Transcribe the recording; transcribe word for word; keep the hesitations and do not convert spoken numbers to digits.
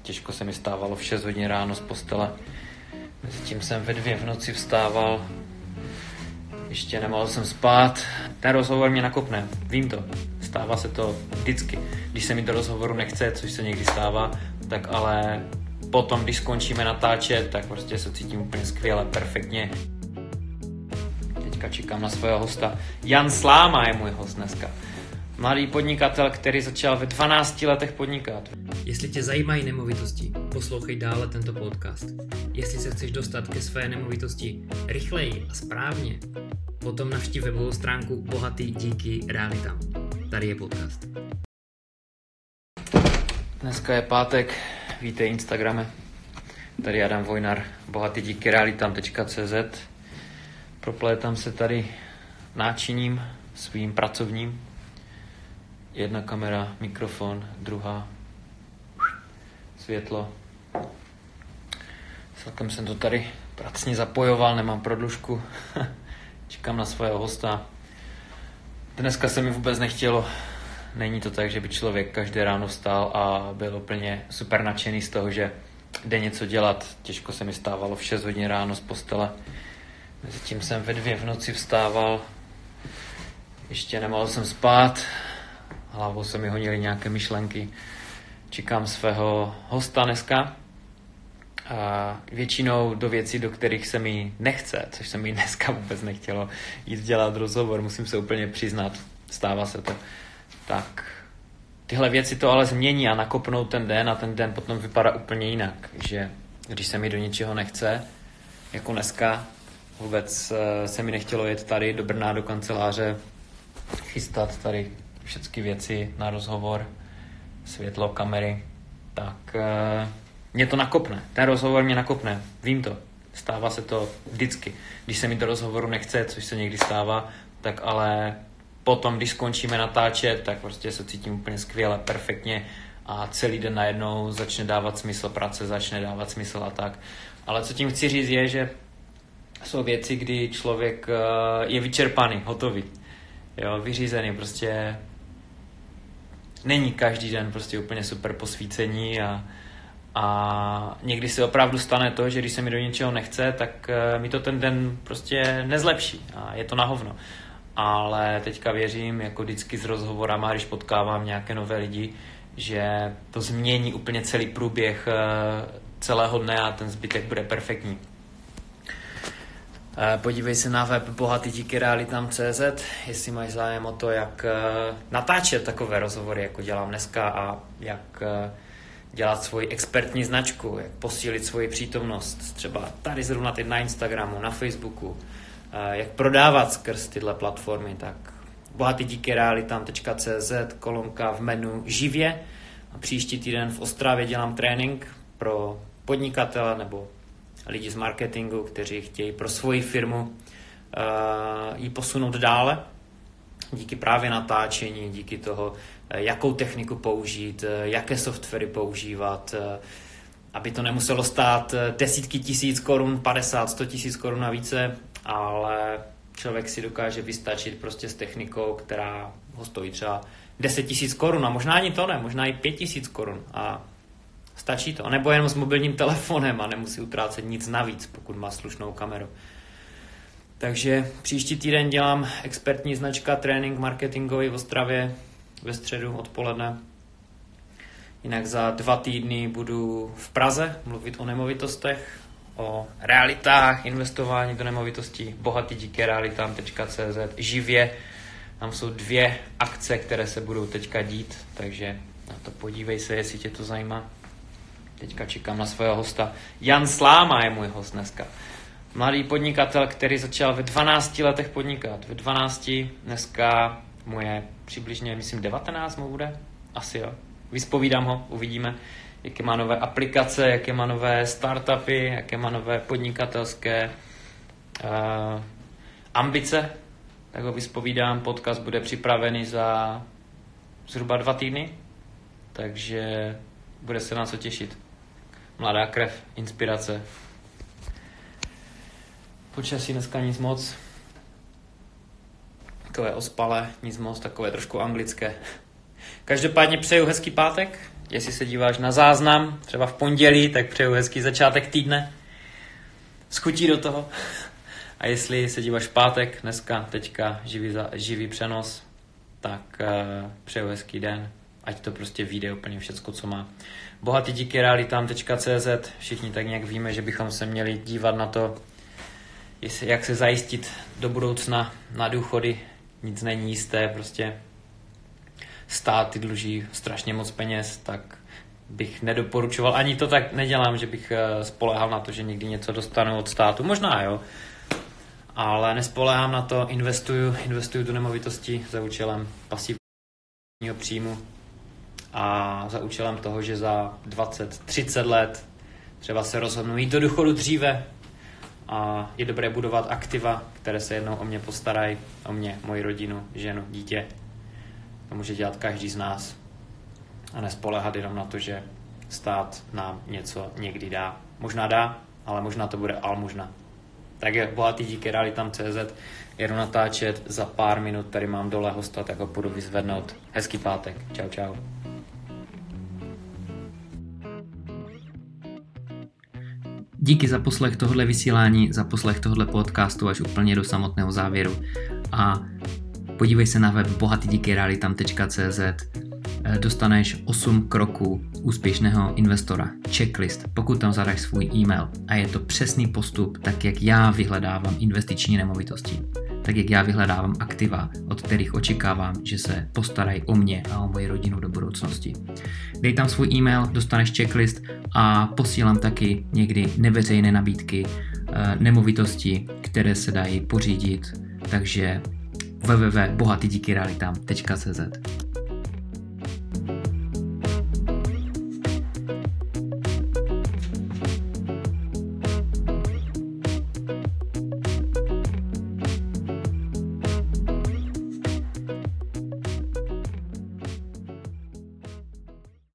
těžko se mi stávalo v šest hodin ráno z postele. Mezitím jsem ve dvě v noci vstával, ještě nemohl jsem spát. Ten rozhovor mě nakopne, vím to, stává se to vždycky. Když se mi do rozhovoru nechce, což se někdy stává, tak ale potom, když skončíme natáčet, tak prostě se cítím úplně skvěle, perfektně. Teďka čekám na svého hosta. Jan Sláma je můj host dneska. Mladý podnikatel, který začal ve dvanácti letech podnikat. Jestli tě zajímají nemovitosti, poslouchej dále tento podcast. Jestli se chceš dostat ke své nemovitosti rychleji a správně, potom navštív webovou stránku Bohatý díky realitám. Tady je podcast. Dneska je pátek, vítej Instagrame. Tady Adam Vojnar, bohatý díky realitám tečka cé zet. Proplétám se tady náčiním svým pracovním. Jedna kamera, mikrofon, druhá světlo. Celkem jsem to tady pracně zapojoval, nemám prodlužku. Čekám na svého hosta. Dneska se mi vůbec nechtělo. Není to tak, že by člověk každé ráno vstal a byl úplně super nadšený z toho, že jde něco dělat. Těžko se mi stávalo v šest hodin ráno z postele. Mezitím jsem ve dvě v noci vstával. Ještě nemohl jsem spát. Hlavou se mi honily nějaké myšlenky. Čekám svého hosta dneska. A většinou do věcí, do kterých se mi nechce, což se mi dneska vůbec nechtělo jít dělat rozhovor, musím se úplně přiznat, stává se to. Tak tyhle věci to ale změní a nakopnou ten den a ten den potom vypadá úplně jinak, že když se mi do ničeho nechce, jako dneska, vůbec se mi nechtělo jet tady do Brna, do kanceláře, chystat tady všechny věci na rozhovor, světlo, kamery, tak mě to nakopne, ten rozhovor mě nakopne, vím to, stává se to vždycky. Když se mi do rozhovoru nechce, což se někdy stává, tak ale potom, když skončíme natáčet, tak prostě se cítím úplně skvěle, perfektně a celý den najednou začne dávat smysl práce, začne dávat smysl a tak. Ale co tím chci říct je, že jsou věci, kdy člověk je vyčerpaný, hotový, jo, vyřízený, prostě není každý den prostě úplně super posvícení a, a někdy se opravdu stane to, že když se mi do něčeho nechce, tak mi to ten den prostě nezlepší a je to na hovno. Ale teďka věřím, jako vždycky s rozhovorama, když potkávám nějaké nové lidi, že to změní úplně celý průběh celého dne a ten zbytek bude perfektní. Podívej se na web bohatý díky realitám tečka cé zet, jestli máš zájem o to, jak natáčet takové rozhovory, jako dělám dneska a jak dělat svoji expertní značku, jak posílit svoji přítomnost, třeba tady zrovna teď na Instagramu, na Facebooku, jak prodávat skrz tyhle platformy, tak bohatý díky realitám tečka cé zet, kolonka v menu živě. A příští týden v Ostravě dělám trénink pro podnikatele nebo lidi z marketingu, kteří chtějí pro svoji firmu uh, ji posunout dále. Díky právě natáčení, díky toho, jakou techniku použít, jaké softwary používat, aby to nemuselo stát desítky tisíc korun, padesát, sto tisíc korun a více, ale člověk si dokáže vystačit prostě s technikou, která ho stojí třeba deset tisíc korun a možná ani to ne, možná i pět tisíc korun a stačí to. Nebo jenom s mobilním telefonem a nemusí utrácet nic navíc, pokud má slušnou kameru. Takže příští týden dělám expertní značka trénink marketingový v Ostravě ve středu odpoledne. Jinak za dva týdny budu v Praze mluvit o nemovitostech, o realitách, investování do nemovitostí, bohatý díky realitám tečka cé zet, živě. Tam jsou dvě akce, které se budou teďka dít, takže na to podívej se, jestli tě to zajímá. Teďka čekám na svého hosta. Jan Sláma je můj host dneska. Mladý podnikatel, který začal ve dvanácti letech podnikat. Ve dvanácti, dneska mu je přibližně, myslím, devatenáct mu bude. Asi jo. Vyspovídám ho, uvidíme, jaké má nové aplikace, jaké má nové startupy, jaké má nové podnikatelské uh, ambice. Tak ho vyspovídám, podcast bude připravený za zhruba dva týdny, takže bude se na co těšit. Mladá krev, inspirace. Počasí dneska nic moc. Takové ospalé, nic moc, takové trošku anglické. Každopádně přeju hezký pátek, jestli se díváš na záznam, třeba v pondělí, tak přeju hezký začátek týdne. S chutí do toho. A jestli se díváš v pátek, dneska, teďka, živý, za, živý přenos, tak uh, přeju hezký den, ať to prostě vyjde úplně všecko, co má. bohatý díky realitám tečka cé zet, všichni tak nějak víme, že bychom se měli dívat na to, jestli, jak se zajistit do budoucna na důchody. Nic není jisté, prostě státy dluží strašně moc peněz, tak bych nedoporučoval, ani to tak nedělám, že bych spoléhal na to, že někdy něco dostanu od státu, možná jo, ale nespoléhám na to, investuju, investuju do nemovitosti za účelem pasivního příjmu a za účelem toho, že za dvacet třicet let třeba se rozhodnu jít do důchodu dříve a je dobré budovat aktiva, které se jednou o mě postarají, o mě, moji rodinu, ženu, dítě. To může dělat každý z nás a nespoléhat jenom na to, že stát nám něco někdy dá. Možná dá, ale možná to bude almužna. Tak je bohatý díky realitám tečka cé zet, jedu natáčet, za pár minut tady mám dole hosta, tak ho půjdu vyzvednout. Hezký pátek, čau čau. Díky za poslech tohle vysílání, za poslech tohle podcastu až úplně do samotného závěru. A podívej se na web bohatý díky realitám tečka cé zet. Dostaneš osm kroků úspěšného investora, checklist, pokud tam zadáš svůj e-mail. A je to přesný postup, tak jak já vyhledávám investiční nemovitosti. Tak jak já vyhledávám aktiva, od kterých očekávám, že se postarají o mě a o moji rodinu do budoucnosti. Dej tam svůj e-mail, dostaneš checklist a posílám taky někdy neveřejné nabídky nemovitosti, které se dají pořídit. Takže w w w tečka bohatý díky realitám tečka cé zet.